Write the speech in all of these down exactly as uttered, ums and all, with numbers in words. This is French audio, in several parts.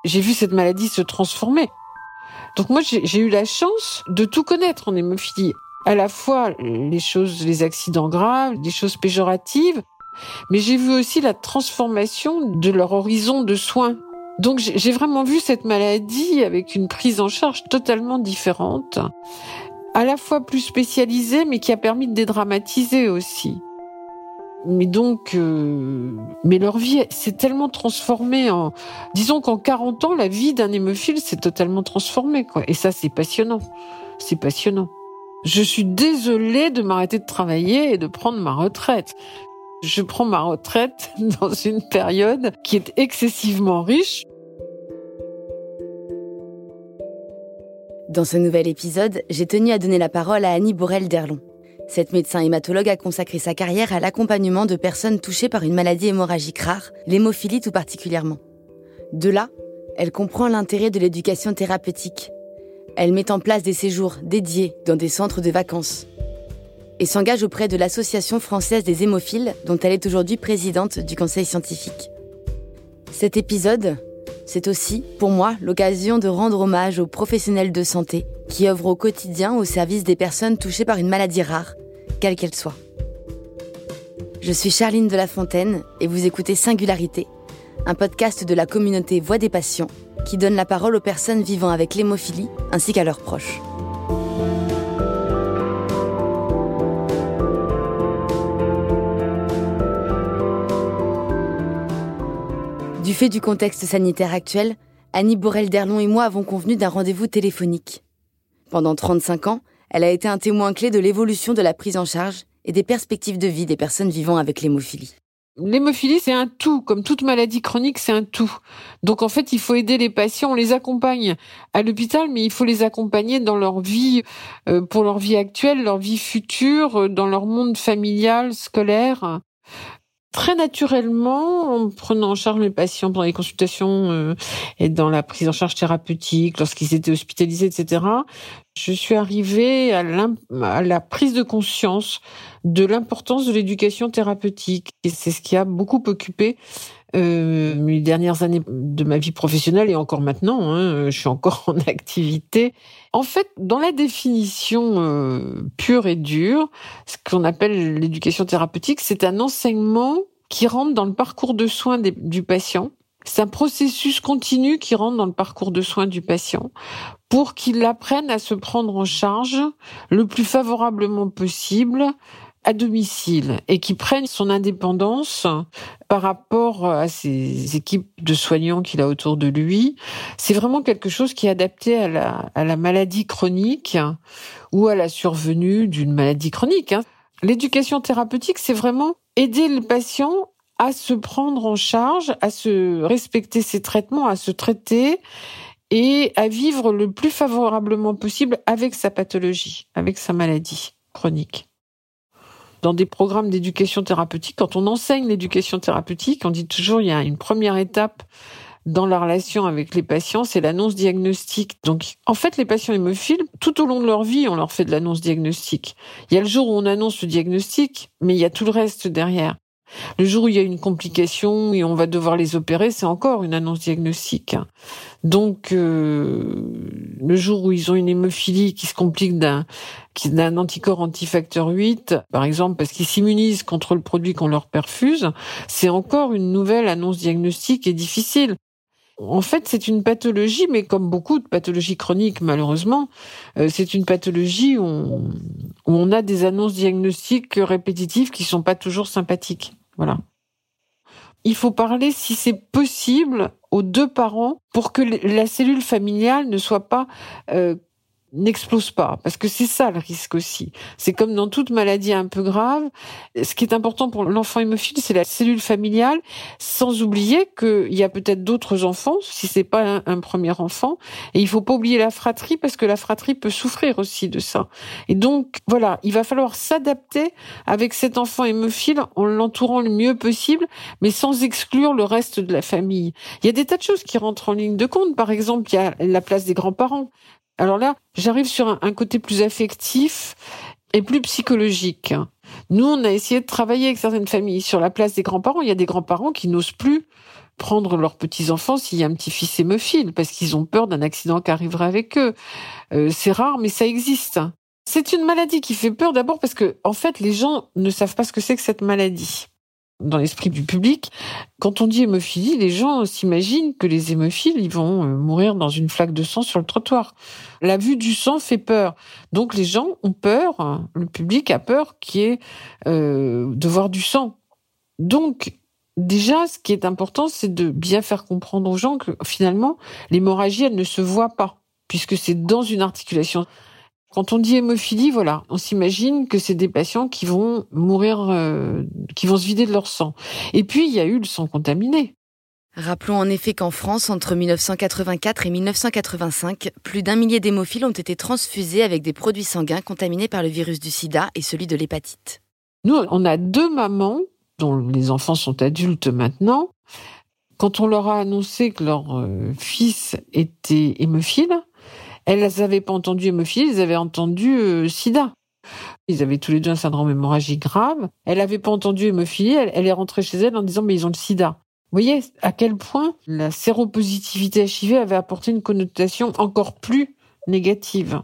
J'ai vu cette maladie se transformer. Donc moi, j'ai, j'ai eu la chance de tout connaître en hémophilie. À la fois les choses, les accidents graves, les choses péjoratives, mais j'ai vu aussi la transformation de leur horizon de soins. Donc j'ai vraiment vu cette maladie avec une prise en charge totalement différente, à la fois plus spécialisée, mais qui a permis de dédramatiser aussi. Mais donc, euh, mais leur vie s'est tellement transformée en, disons qu'en quarante ans, la vie d'un hémophile s'est totalement transformée, quoi. Et ça, c'est passionnant. C'est passionnant. Je suis désolée de m'arrêter de travailler et de prendre ma retraite. Je prends ma retraite dans une période qui est excessivement riche. Dans ce nouvel épisode, j'ai tenu à donner la parole à Annie Borel-Derlon. Cette médecin hématologue a consacré sa carrière à l'accompagnement de personnes touchées par une maladie hémorragique rare, l'hémophilie tout particulièrement. De là, elle comprend l'intérêt de l'éducation thérapeutique. Elle met en place des séjours dédiés dans des centres de vacances et s'engage auprès de l'Association française des hémophiles, dont elle est aujourd'hui présidente du conseil scientifique. Cet épisode, c'est aussi, pour moi, l'occasion de rendre hommage aux professionnels de santé qui œuvrent au quotidien au service des personnes touchées par une maladie rare, quelle qu'elle soit. Je suis Charline de La Fontaine et vous écoutez Singularité, un podcast de la communauté Voix des patients qui donne la parole aux personnes vivant avec l'hémophilie ainsi qu'à leurs proches. Du fait du contexte sanitaire actuel, Annie Borel-Derlon et moi avons convenu d'un rendez-vous téléphonique. Pendant trente-cinq ans, elle a été un témoin clé de l'évolution de la prise en charge et des perspectives de vie des personnes vivant avec l'hémophilie. L'hémophilie, c'est un tout. Comme toute maladie chronique, c'est un tout. Donc, en fait, il faut aider les patients. On les accompagne à l'hôpital, mais il faut les accompagner dans leur vie, euh, pour leur vie actuelle, leur vie future, dans leur monde familial, scolaire. Très naturellement, en prenant en charge mes patients pendant les consultations euh, et dans la prise en charge thérapeutique, lorsqu'ils étaient hospitalisés, et cetera, je suis arrivée à, à la prise de conscience de l'importance de l'éducation thérapeutique. Et c'est ce qui a beaucoup occupé euh, les dernières années de ma vie professionnelle et encore maintenant, hein, je suis encore en activité. En fait, dans la définition euh, pure et dure, ce qu'on appelle l'éducation thérapeutique, c'est un enseignement qui rentre dans le parcours de soins des, du patient. C'est un processus continu qui rentre dans le parcours de soins du patient pour qu'il apprenne à se prendre en charge le plus favorablement possible à domicile et qui prenne son indépendance par rapport à ses équipes de soignants qu'il a autour de lui. C'est vraiment quelque chose qui est adapté à la, à la maladie chronique ou à la survenue d'une maladie chronique. Hein. L'éducation thérapeutique, c'est vraiment aider le patient à se prendre en charge, à se respecter ses traitements, à se traiter et à vivre le plus favorablement possible avec sa pathologie, avec sa maladie chronique. Dans des programmes d'éducation thérapeutique, quand on enseigne l'éducation thérapeutique, on dit toujours il y a une première étape dans la relation avec les patients, c'est l'annonce diagnostique. Donc, en fait, les patients hémophiles, tout au long de leur vie, on leur fait de l'annonce diagnostique. Il y a le jour où on annonce le diagnostic, mais il y a tout le reste derrière. Le jour où il y a une complication et on va devoir les opérer, c'est encore une annonce diagnostique. Donc, euh, le jour où ils ont une hémophilie qui se complique d'un, d'un anticorps antifacteur huit, par exemple, parce qu'ils s'immunisent contre le produit qu'on leur perfuse, c'est encore une nouvelle annonce diagnostique et difficile. En fait, c'est une pathologie, mais comme beaucoup de pathologies chroniques, malheureusement, euh, c'est une pathologie où on, où on a des annonces diagnostiques répétitives qui sont pas toujours sympathiques. Voilà. Il faut parler, si c'est possible, aux deux parents pour que la cellule familiale ne soit pas euh, n'explose pas, parce que c'est ça le risque aussi. C'est comme dans toute maladie un peu grave, ce qui est important pour l'enfant hémophile, c'est la cellule familiale, sans oublier qu'il y a peut-être d'autres enfants, si c'est pas un, un premier enfant, et il faut pas oublier la fratrie, parce que la fratrie peut souffrir aussi de ça. Et donc, voilà, il va falloir s'adapter avec cet enfant hémophile en l'entourant le mieux possible, mais sans exclure le reste de la famille. Il y a des tas de choses qui rentrent en ligne de compte. Par exemple, il y a la place des grands-parents. Alors là, j'arrive sur un, un côté plus affectif et plus psychologique. Nous, on a essayé de travailler avec certaines familles sur la place des grands-parents. Il y a des grands-parents qui n'osent plus prendre leurs petits-enfants s'il y a un petit-fils hémophile, parce qu'ils ont peur d'un accident qui arriverait avec eux. Euh, c'est rare, mais ça existe. C'est une maladie qui fait peur d'abord parce que, en fait, les gens ne savent pas ce que c'est que cette maladie. Dans l'esprit du public, quand on dit hémophilie, les gens s'imaginent que les hémophiles, ils vont mourir dans une flaque de sang sur le trottoir. La vue du sang fait peur. Donc les gens ont peur, le public a peur qu'il y ait, euh, de voir du sang. Donc, déjà, ce qui est important, c'est de bien faire comprendre aux gens que finalement, l'hémorragie, elle ne se voit pas, puisque c'est dans une articulation. Quand on dit hémophilie, voilà, on s'imagine que c'est des patients qui vont mourir, euh, qui vont se vider de leur sang. Et puis, il y a eu le sang contaminé. Rappelons en effet qu'en France, entre dix-neuf cent quatre-vingt-quatre et dix-neuf cent quatre-vingt-cinq, plus d'un millier d'hémophiles ont été transfusés avec des produits sanguins contaminés par le virus du sida et celui de l'hépatite. Nous, on a deux mamans, dont les enfants sont adultes maintenant. Quand on leur a annoncé que leur euh, fils était hémophile, elles n'avaient pas entendu hémophilie, elles avaient entendu euh, sida. Ils avaient tous les deux un syndrome hémorragique grave. Elle n'avait pas entendu hémophilie, elle, elle est rentrée chez elle en disant « mais ils ont le sida ». Vous voyez à quel point la séropositivité H I V avait apporté une connotation encore plus négative.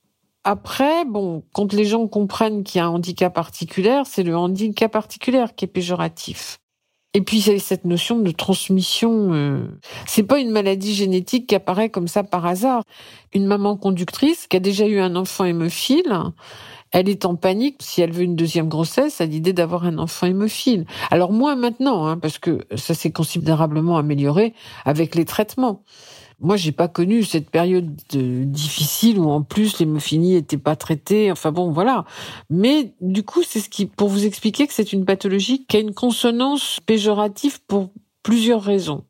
Après, bon, quand les gens comprennent qu'il y a un handicap particulier, c'est le handicap particulier qui est péjoratif. Et puis, il y a cette notion de transmission. Euh, c'est pas une maladie génétique qui apparaît comme ça par hasard. Une maman conductrice qui a déjà eu un enfant hémophile, elle est en panique si elle veut une deuxième grossesse à l'idée d'avoir un enfant hémophile. Alors moins maintenant, hein, parce que ça s'est considérablement amélioré avec les traitements. Moi, j'ai pas connu cette période de, difficile où en plus l'hémophilie était pas traitée. Enfin bon, voilà. Mais du coup, c'est ce qui, pour vous expliquer que c'est une pathologie qui a une consonance péjorative pour plusieurs raisons.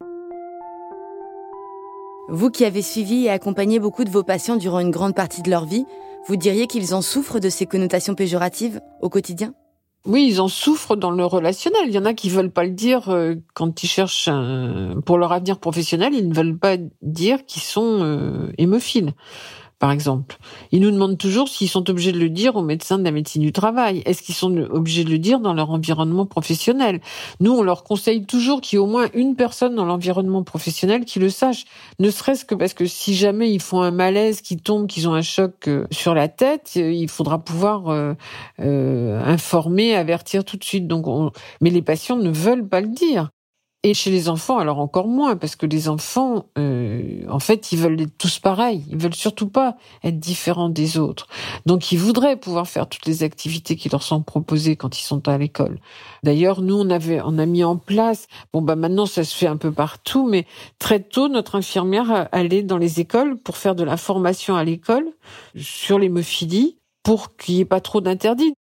Vous qui avez suivi et accompagné beaucoup de vos patients durant une grande partie de leur vie, vous diriez qu'ils en souffrent de ces connotations péjoratives au quotidien ? Oui, ils en souffrent dans le relationnel. Il y en a qui veulent pas le dire euh, quand ils cherchent un... pour leur avenir professionnel, ils ne veulent pas dire qu'ils sont euh, hémophiles, par exemple. Ils nous demandent toujours s'ils sont obligés de le dire aux médecins de la médecine du travail. Est-ce qu'ils sont obligés de le dire dans leur environnement professionnel ? Nous, on leur conseille toujours qu'il y ait au moins une personne dans l'environnement professionnel qui le sache. Ne serait-ce que parce que si jamais ils font un malaise, qu'ils tombent, qu'ils ont un choc euh, sur la tête, euh, il faudra pouvoir euh, euh, informer, avertir tout de suite. Donc, on... Mais les patients ne veulent pas le dire. Et chez les enfants, alors encore moins, parce que les enfants, euh, en fait, ils veulent être tous pareils. Ils veulent surtout pas être différents des autres. Donc, ils voudraient pouvoir faire toutes les activités qui leur sont proposées quand ils sont à l'école. D'ailleurs, nous, on avait, on a mis en place, bon, bah, maintenant, ça se fait un peu partout, mais très tôt, notre infirmière allait dans les écoles pour faire de la formation à l'école sur l'hémophilie, pour qu'il n'y ait pas trop d'interdits.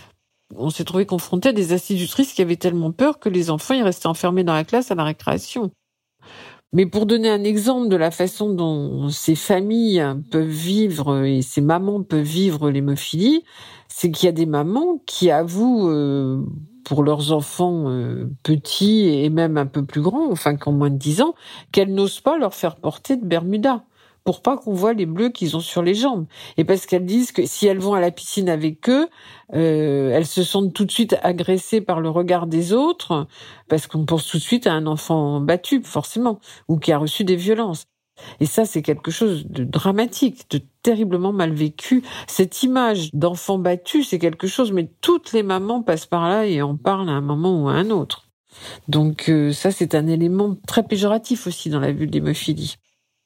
On s'est trouvé confronté à des institutrices qui avaient tellement peur que les enfants ils restaient enfermés dans la classe à la récréation. Mais pour donner un exemple de la façon dont ces familles peuvent vivre et ces mamans peuvent vivre l'hémophilie, c'est qu'il y a des mamans qui avouent euh, pour leurs enfants euh, petits et même un peu plus grands, enfin qui ont moins de dix ans, qu'elles n'osent pas leur faire porter de Bermuda, pour pas qu'on voit les bleus qu'ils ont sur les jambes. Et parce qu'elles disent que si elles vont à la piscine avec eux, euh, elles se sentent tout de suite agressées par le regard des autres, parce qu'on pense tout de suite à un enfant battu, forcément, ou qui a reçu des violences. Et ça, c'est quelque chose de dramatique, de terriblement mal vécu. Cette image d'enfant battu, c'est quelque chose, mais toutes les mamans passent par là et en parlent à un moment ou à un autre. Donc euh, ça, c'est un élément très péjoratif aussi dans la vue de l'hémophilie.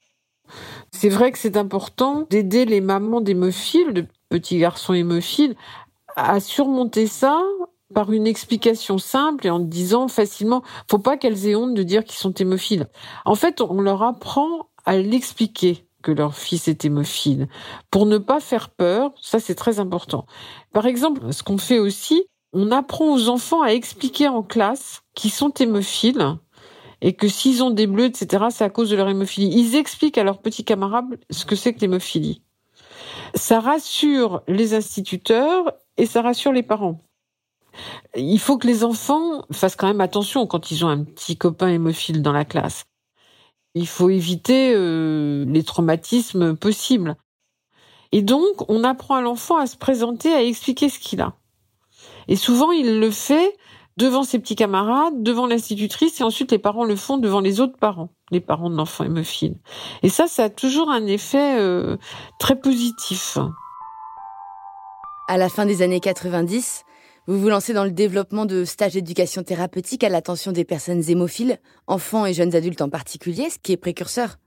C'est vrai que c'est important d'aider les mamans d'hémophiles, de petits garçons hémophiles, à surmonter ça par une explication simple et en disant facilement, faut pas qu'elles aient honte de dire qu'ils sont hémophiles. En fait, on leur apprend à l'expliquer que leur fils est hémophile, pour ne pas faire peur. Ça, c'est très important. Par exemple, ce qu'on fait aussi, on apprend aux enfants à expliquer en classe qu'ils sont hémophiles, et que s'ils ont des bleus, et cetera, c'est à cause de leur hémophilie. Ils expliquent à leurs petits camarades ce que c'est que l'hémophilie. Ça rassure les instituteurs et ça rassure les parents. Il faut que les enfants fassent quand même attention quand ils ont un petit copain hémophile dans la classe. Il faut éviter euh, les traumatismes possibles. Et donc, on apprend à l'enfant à se présenter, à expliquer ce qu'il a. Et souvent, il le fait devant ses petits camarades, devant l'institutrice, et ensuite les parents le font devant les autres parents, les parents de l'enfant hémophile. Et ça, ça a toujours un effet euh, très positif. À la fin des années quatre-vingt-dix, vous vous lancez dans le développement de stages d'éducation thérapeutique à l'attention des personnes hémophiles, enfants et jeunes adultes en particulier, ce qui est précurseur.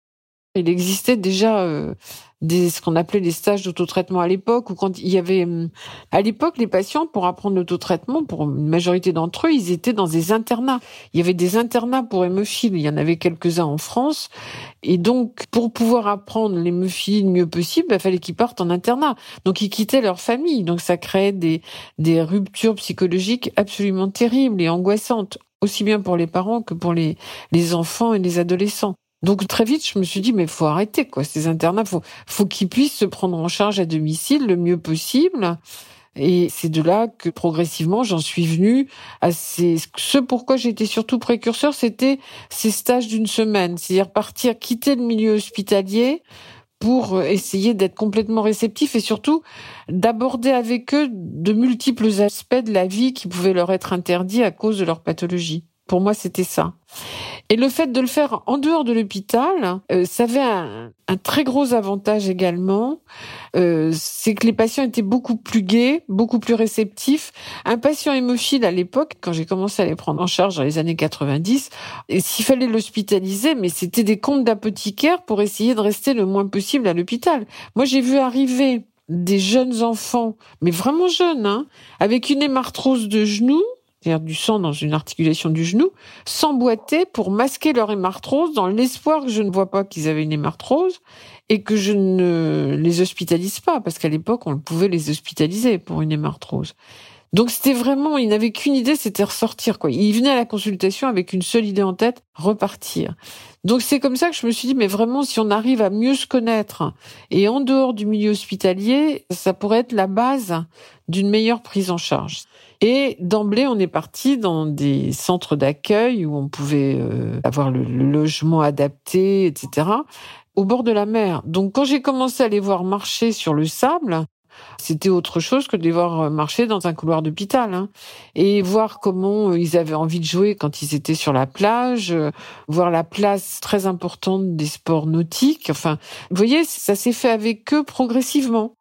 Il existait déjà euh, des, ce qu'on appelait les stages d'autotraitement à l'époque, où quand il y avait, à l'époque, les patients, pour apprendre l'autotraitement, pour une majorité d'entre eux, ils étaient dans des internats. Il y avait des internats pour hémophiles. Il y en avait quelques-uns en France. Et donc, pour pouvoir apprendre l'hémophilie le mieux possible, il fallait qu'ils partent en internat. Donc, ils quittaient leur famille. Donc, ça créait des, des ruptures psychologiques absolument terribles et angoissantes, aussi bien pour les parents que pour les, les enfants et les adolescents. Donc très vite, je me suis dit, mais faut arrêter, quoi. Ces internats, faut, faut qu'ils puissent se prendre en charge à domicile le mieux possible. Et c'est de là que progressivement, j'en suis venue à ces, ce pourquoi j'étais surtout précurseur, c'était ces stages d'une semaine. C'est-à-dire partir, quitter le milieu hospitalier pour essayer d'être complètement réceptif et surtout d'aborder avec eux de multiples aspects de la vie qui pouvaient leur être interdits à cause de leur pathologie. Pour moi, c'était ça. Et le fait de le faire en dehors de l'hôpital, euh, ça avait un, un très gros avantage également, euh, c'est que les patients étaient beaucoup plus gais, beaucoup plus réceptifs. Un patient hémophile à l'époque, quand j'ai commencé à les prendre en charge dans les années quatre-vingt-dix, et s'il fallait l'hospitaliser, mais c'était des comptes d'apothicaire pour essayer de rester le moins possible à l'hôpital. Moi, j'ai vu arriver des jeunes enfants, mais vraiment jeunes, hein, avec une hémarthrose de genou, c'est-à-dire du sang dans une articulation du genou, s'emboîter pour masquer leur hémarthrose dans l'espoir que je ne vois pas qu'ils avaient une hémarthrose et que je ne les hospitalise pas, parce qu'à l'époque, on pouvait les hospitaliser pour une hémarthrose. Donc c'était vraiment, ils n'avaient qu'une idée, c'était ressortir, quoi. Ils venaient à la consultation avec une seule idée en tête, repartir. Donc c'est comme ça que je me suis dit, mais vraiment, si on arrive à mieux se connaître et en dehors du milieu hospitalier, ça pourrait être la base d'une meilleure prise en charge. Et d'emblée, on est parti dans des centres d'accueil où on pouvait euh, avoir le, le logement adapté, et cetera, au bord de la mer. Donc quand j'ai commencé à les voir marcher sur le sable, c'était autre chose que de les voir marcher dans un couloir d'hôpital, hein. Et voir comment ils avaient envie de jouer quand ils étaient sur la plage, voir la place très importante des sports nautiques. Enfin, vous voyez, ça s'est fait avec eux progressivement.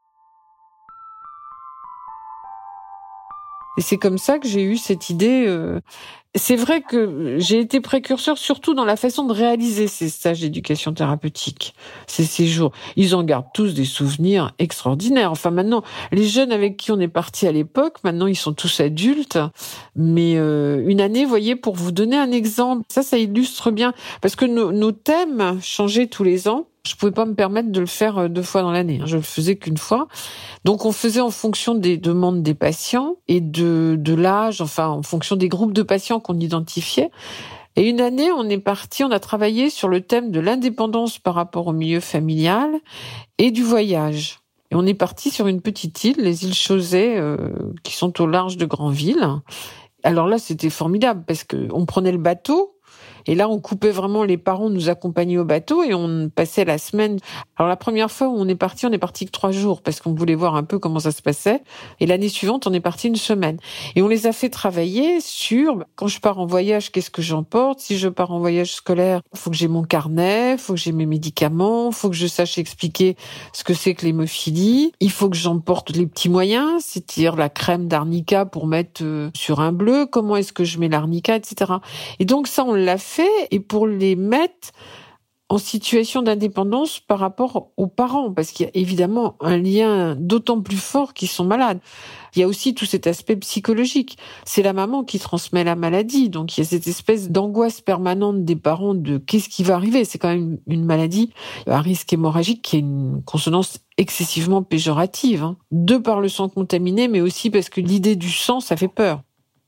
Et c'est comme ça que j'ai eu cette idée. Euh... C'est vrai que j'ai été précurseur surtout dans la façon de réaliser ces stages d'éducation thérapeutique, ces séjours. Ils en gardent tous des souvenirs extraordinaires. Enfin maintenant, les jeunes avec qui on est parti à l'époque, maintenant ils sont tous adultes. Mais euh, une année, vous voyez, pour vous donner un exemple, ça, ça illustre bien. Parce que nos, nos thèmes changeaient tous les ans. Je pouvais pas me permettre de le faire deux fois dans l'année. Je le faisais qu'une fois. Donc, on faisait en fonction des demandes des patients et de, de l'âge, enfin, en fonction des groupes de patients qu'on identifiait. Et une année, on est parti, on a travaillé sur le thème de l'indépendance par rapport au milieu familial et du voyage. Et on est parti sur une petite île, les îles Chausey, euh, qui sont au large de Granville. Alors là, c'était formidable parce que on prenait le bateau. Et là, on coupait vraiment, les parents nous accompagnaient au bateau et on passait la semaine. Alors la première fois où on est parti, on est parti que trois jours parce qu'on voulait voir un peu comment ça se passait. Et l'année suivante, on est parti une semaine. Et on les a fait travailler sur, quand je pars en voyage, qu'est-ce que j'emporte? Si je pars en voyage scolaire, il faut que j'ai mon carnet, il faut que j'ai mes médicaments, il faut que je sache expliquer ce que c'est que l'hémophilie. Il faut que j'emporte les petits moyens, c'est-à-dire la crème d'arnica pour mettre sur un bleu, comment est-ce que je mets l'arnica, et cetera. Et donc ça, on l'a fait. Et pour les mettre en situation d'indépendance par rapport aux parents, parce qu'il y a évidemment un lien d'autant plus fort qu'ils sont malades. Il y a aussi tout cet aspect psychologique. C'est la maman qui transmet la maladie, donc il y a cette espèce d'angoisse permanente des parents de qu'est-ce qui va arriver. C'est quand même une maladie à risque hémorragique qui a une consonance excessivement péjorative, hein. De par le sang contaminé, mais aussi parce que l'idée du sang, ça fait peur.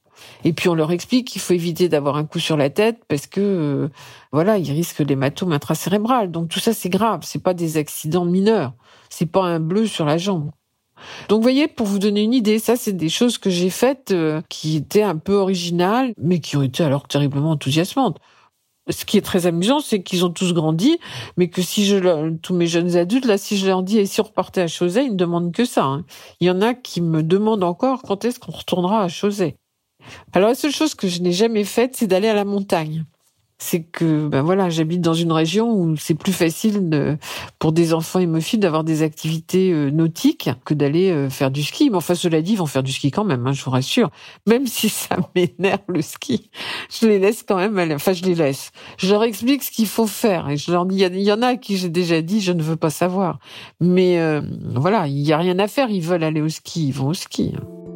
Et puis on leur explique qu'il faut éviter d'avoir un coup sur la tête parce que euh, voilà, ils risquent l'hématome intracérébral. Donc tout ça c'est grave, c'est pas des accidents mineurs, c'est pas un bleu sur la jambe. Donc vous voyez, pour vous donner une idée, ça c'est des choses que j'ai faites euh, qui étaient un peu originales, mais qui ont été alors terriblement enthousiasmantes. Ce qui est très amusant, c'est qu'ils ont tous grandi, mais que si je leur, tous mes jeunes adultes, là, si je leur dis, et si on repartait à Chausey, ils ne demandent que ça, hein. Il y en a qui me demandent encore quand est-ce qu'on retournera à Chausey. Alors la seule chose que je n'ai jamais faite, c'est d'aller à la montagne. C'est que, ben voilà, j'habite dans une région où c'est plus facile de, pour des enfants hémophiles d'avoir des activités euh, nautiques que d'aller euh, faire du ski. Mais enfin, cela dit, ils vont faire du ski quand même, hein, je vous rassure. Même si ça m'énerve le ski, je les laisse quand même aller. Enfin, je les laisse. Je leur explique ce qu'il faut faire. Et je leur dis, il y, y en a à qui j'ai déjà dit, je ne veux pas savoir. Mais euh, voilà, il y a rien à faire. Ils veulent aller au ski, ils vont au ski.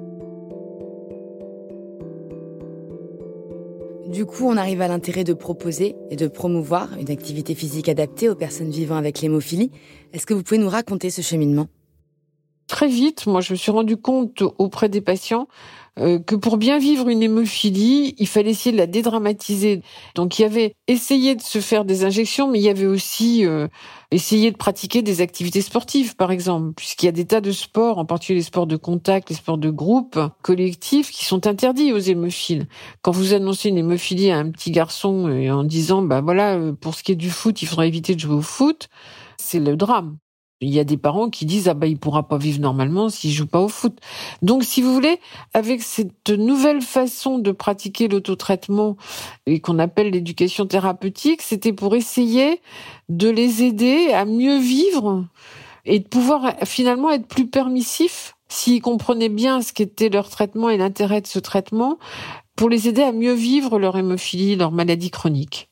Du coup, on arrive à l'intérêt de proposer et de promouvoir une activité physique adaptée aux personnes vivant avec l'hémophilie. Est-ce que vous pouvez nous raconter ce cheminement ? Très vite, moi, je me suis rendu compte auprès des patients euh, que pour bien vivre une hémophilie, il fallait essayer de la dédramatiser. Donc, il y avait essayer de se faire des injections, mais il y avait aussi euh, essayer de pratiquer des activités sportives, par exemple, puisqu'il y a des tas de sports, en particulier les sports de contact, les sports de groupe, collectifs, qui sont interdits aux hémophiles. Quand vous annoncez une hémophilie à un petit garçon euh, en disant, bah voilà, pour ce qui est du foot, il faudra éviter de jouer au foot, c'est le drame. Il y a des parents qui disent, ah bah, il pourra pas vivre normalement s'il joue pas au foot. Donc, si vous voulez, avec cette nouvelle façon de pratiquer l'autotraitement et qu'on appelle l'éducation thérapeutique, c'était pour essayer de les aider à mieux vivre et de pouvoir finalement être plus permissifs s'ils comprenaient bien ce qu'était leur traitement et l'intérêt de ce traitement, pour les aider à mieux vivre leur hémophilie, leur maladie chronique.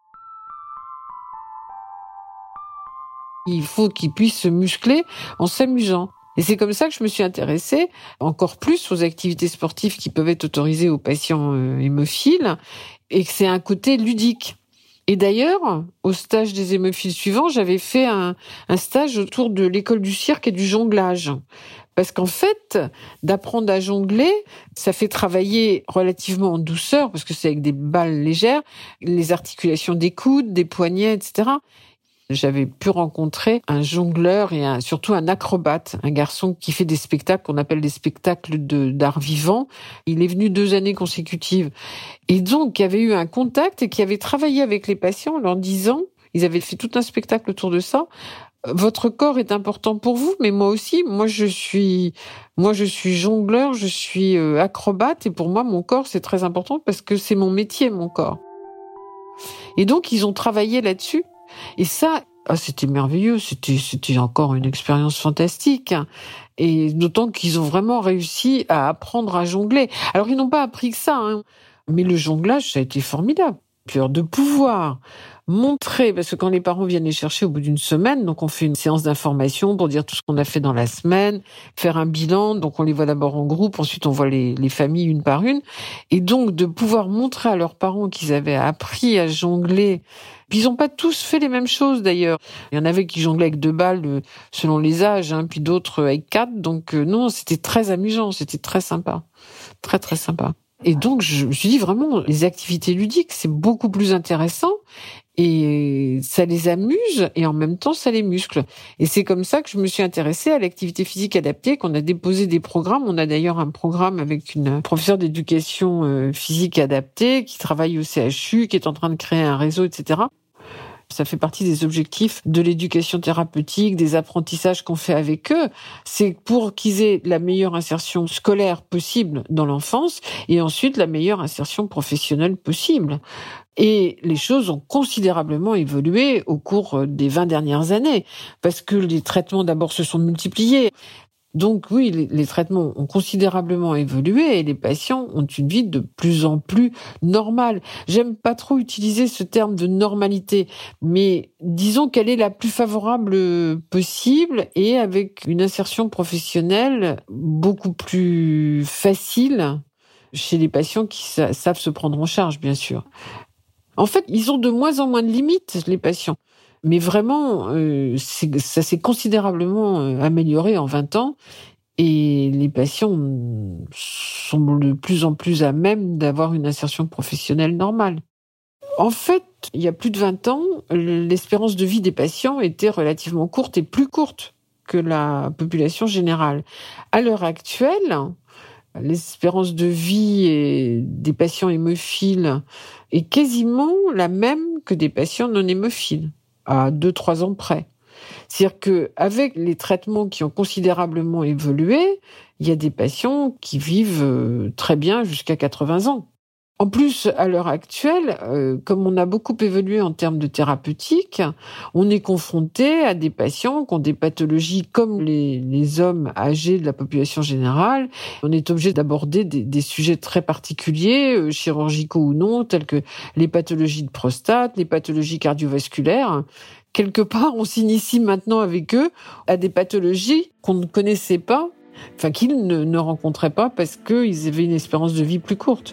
Il faut qu'ils puissent se muscler en s'amusant. Et c'est comme ça que je me suis intéressée encore plus aux activités sportives qui peuvent être autorisées aux patients euh, hémophiles, et que c'est un côté ludique. Et d'ailleurs, au stage des hémophiles suivants, j'avais fait un, un stage autour de l'école du cirque et du jonglage. Parce qu'en fait, d'apprendre à jongler, ça fait travailler relativement en douceur, parce que c'est avec des balles légères, les articulations des coudes, des poignets, et cetera. J'avais pu rencontrer un jongleur et un, surtout un acrobate, un garçon qui fait des spectacles qu'on appelle des spectacles de, d'art vivant. Il est venu deux années consécutives. Et donc, il y avait eu un contact et qui avait travaillé avec les patients en leur disant, ils avaient fait tout un spectacle autour de ça, votre corps est important pour vous, mais moi aussi, moi je suis, moi je suis jongleur, je suis acrobate, et pour moi, mon corps, c'est très important parce que c'est mon métier, mon corps. Et donc, ils ont travaillé là-dessus. Et ça, ah, c'était merveilleux, c'était, c'était encore une expérience fantastique. Et d'autant qu'ils ont vraiment réussi à apprendre à jongler. Alors, ils n'ont pas appris que ça, hein. Mais le jonglage, ça a été formidable. De pouvoir montrer, parce que quand les parents viennent les chercher au bout d'une semaine, donc on fait une séance d'information pour dire tout ce qu'on a fait dans la semaine, faire un bilan, donc on les voit d'abord en groupe, ensuite on voit les, les familles une par une, et donc de pouvoir montrer à leurs parents qu'ils avaient appris à jongler. Puis ils n'ont pas tous fait les mêmes choses d'ailleurs. Il y en avait qui jonglaient avec deux balles selon les âges, hein, puis d'autres avec quatre, donc euh, non, c'était très amusant, c'était très sympa, très très sympa. Et donc, je me suis dit vraiment, les activités ludiques, c'est beaucoup plus intéressant et ça les amuse et en même temps, ça les muscle. Et c'est comme ça que je me suis intéressée à l'activité physique adaptée, qu'on a déposé des programmes. On a d'ailleurs un programme avec une professeure d'éducation physique adaptée qui travaille au C H U, qui est en train de créer un réseau, et cetera. Ça fait partie des objectifs de l'éducation thérapeutique, des apprentissages qu'on fait avec eux. C'est pour qu'ils aient la meilleure insertion scolaire possible dans l'enfance et ensuite la meilleure insertion professionnelle possible. Et les choses ont considérablement évolué au cours des vingt dernières années parce que les traitements d'abord se sont multipliés. Donc oui, les, les traitements ont considérablement évolué et les patients ont une vie de plus en plus normale. J'aime pas trop utiliser ce terme de normalité, mais disons qu'elle est la plus favorable possible et avec une insertion professionnelle beaucoup plus facile chez les patients qui sa- savent se prendre en charge, bien sûr. En fait, ils ont de moins en moins de limites, les patients. Mais vraiment, euh, c'est, ça s'est considérablement euh, amélioré en vingt ans et les patients sont de plus en plus à même d'avoir une insertion professionnelle normale. En fait, il y a plus de vingt ans, l'espérance de vie des patients était relativement courte et plus courte que la population générale. À l'heure actuelle, l'espérance de vie des patients hémophiles est quasiment la même que des patients non hémophiles, à deux trois ans près. C'est-à-dire qu'avec les traitements qui ont considérablement évolué, il y a des patients qui vivent très bien jusqu'à quatre-vingts ans. En plus, à l'heure actuelle, euh, comme on a beaucoup évolué en termes de thérapeutique, on est confronté à des patients qui ont des pathologies comme les, les hommes âgés de la population générale. On est obligé d'aborder des, des sujets très particuliers, euh, chirurgicaux ou non, tels que les pathologies de prostate, les pathologies cardiovasculaires. Quelque part, on s'initie maintenant avec eux à des pathologies qu'on ne connaissait pas, enfin qu'ils ne, ne rencontraient pas parce qu'ils avaient une espérance de vie plus courte.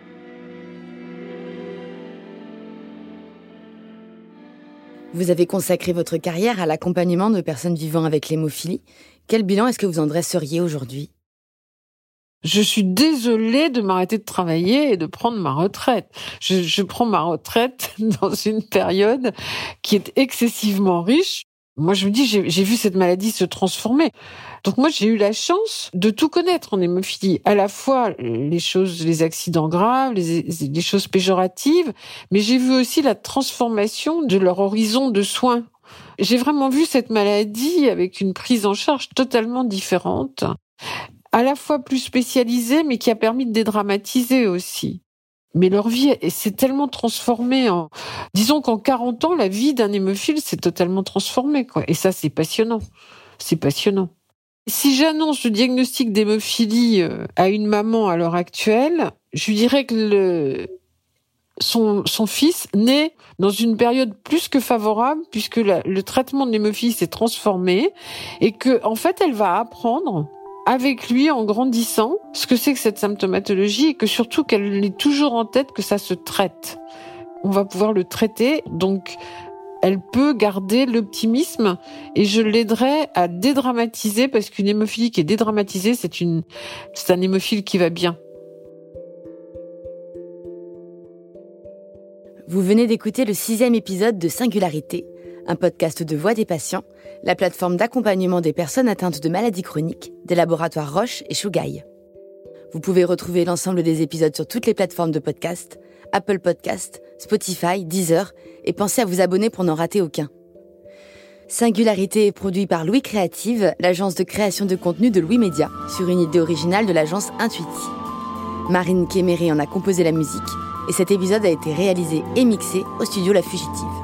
Vous avez consacré votre carrière à l'accompagnement de personnes vivant avec l'hémophilie. Quel bilan est-ce que vous en dresseriez aujourd'hui ? Je suis désolée de m'arrêter de travailler et de prendre ma retraite. Je, je prends ma retraite dans une période qui est excessivement riche. Moi, je me dis, j'ai, j'ai vu cette maladie se transformer. Donc moi, j'ai eu la chance de tout connaître en hémophilie. À la fois les choses, les accidents graves, les, les choses péjoratives, mais j'ai vu aussi la transformation de leur horizon de soins. J'ai vraiment vu cette maladie avec une prise en charge totalement différente, à la fois plus spécialisée, mais qui a permis de dédramatiser aussi. Mais leur vie s'est tellement transformée. En... Disons qu'en quarante ans, la vie d'un hémophile s'est totalement transformée, quoi. Et ça, c'est passionnant. C'est passionnant. Si j'annonce le diagnostic d'hémophilie à une maman à l'heure actuelle, je lui dirais que le... son, son fils naît dans une période plus que favorable, puisque la, le traitement de l'hémophilie s'est transformé, et que, en fait, elle va apprendre avec lui en grandissant ce que c'est que cette symptomatologie et que surtout qu'elle ait toujours en tête que ça se traite. On va pouvoir le traiter, donc elle peut garder l'optimisme et je l'aiderai à dédramatiser parce qu'une hémophilie qui est dédramatisée, c'est une, c'est un hémophile qui va bien. Vous venez d'écouter le sixième épisode de Singularité, un podcast de Voix des patients, la plateforme d'accompagnement des personnes atteintes de maladies chroniques des laboratoires Roche et Chugai. Vous pouvez retrouver l'ensemble des épisodes sur toutes les plateformes de podcast, Apple Podcasts, Spotify, Deezer, et pensez à vous abonner pour n'en rater aucun. Singularité est produit par Louis Créative, l'agence de création de contenu de Louis Média, sur une idée originale de l'agence Intuiti. Marine Kéméré en a composé la musique, et cet épisode a été réalisé et mixé au studio La Fugitive.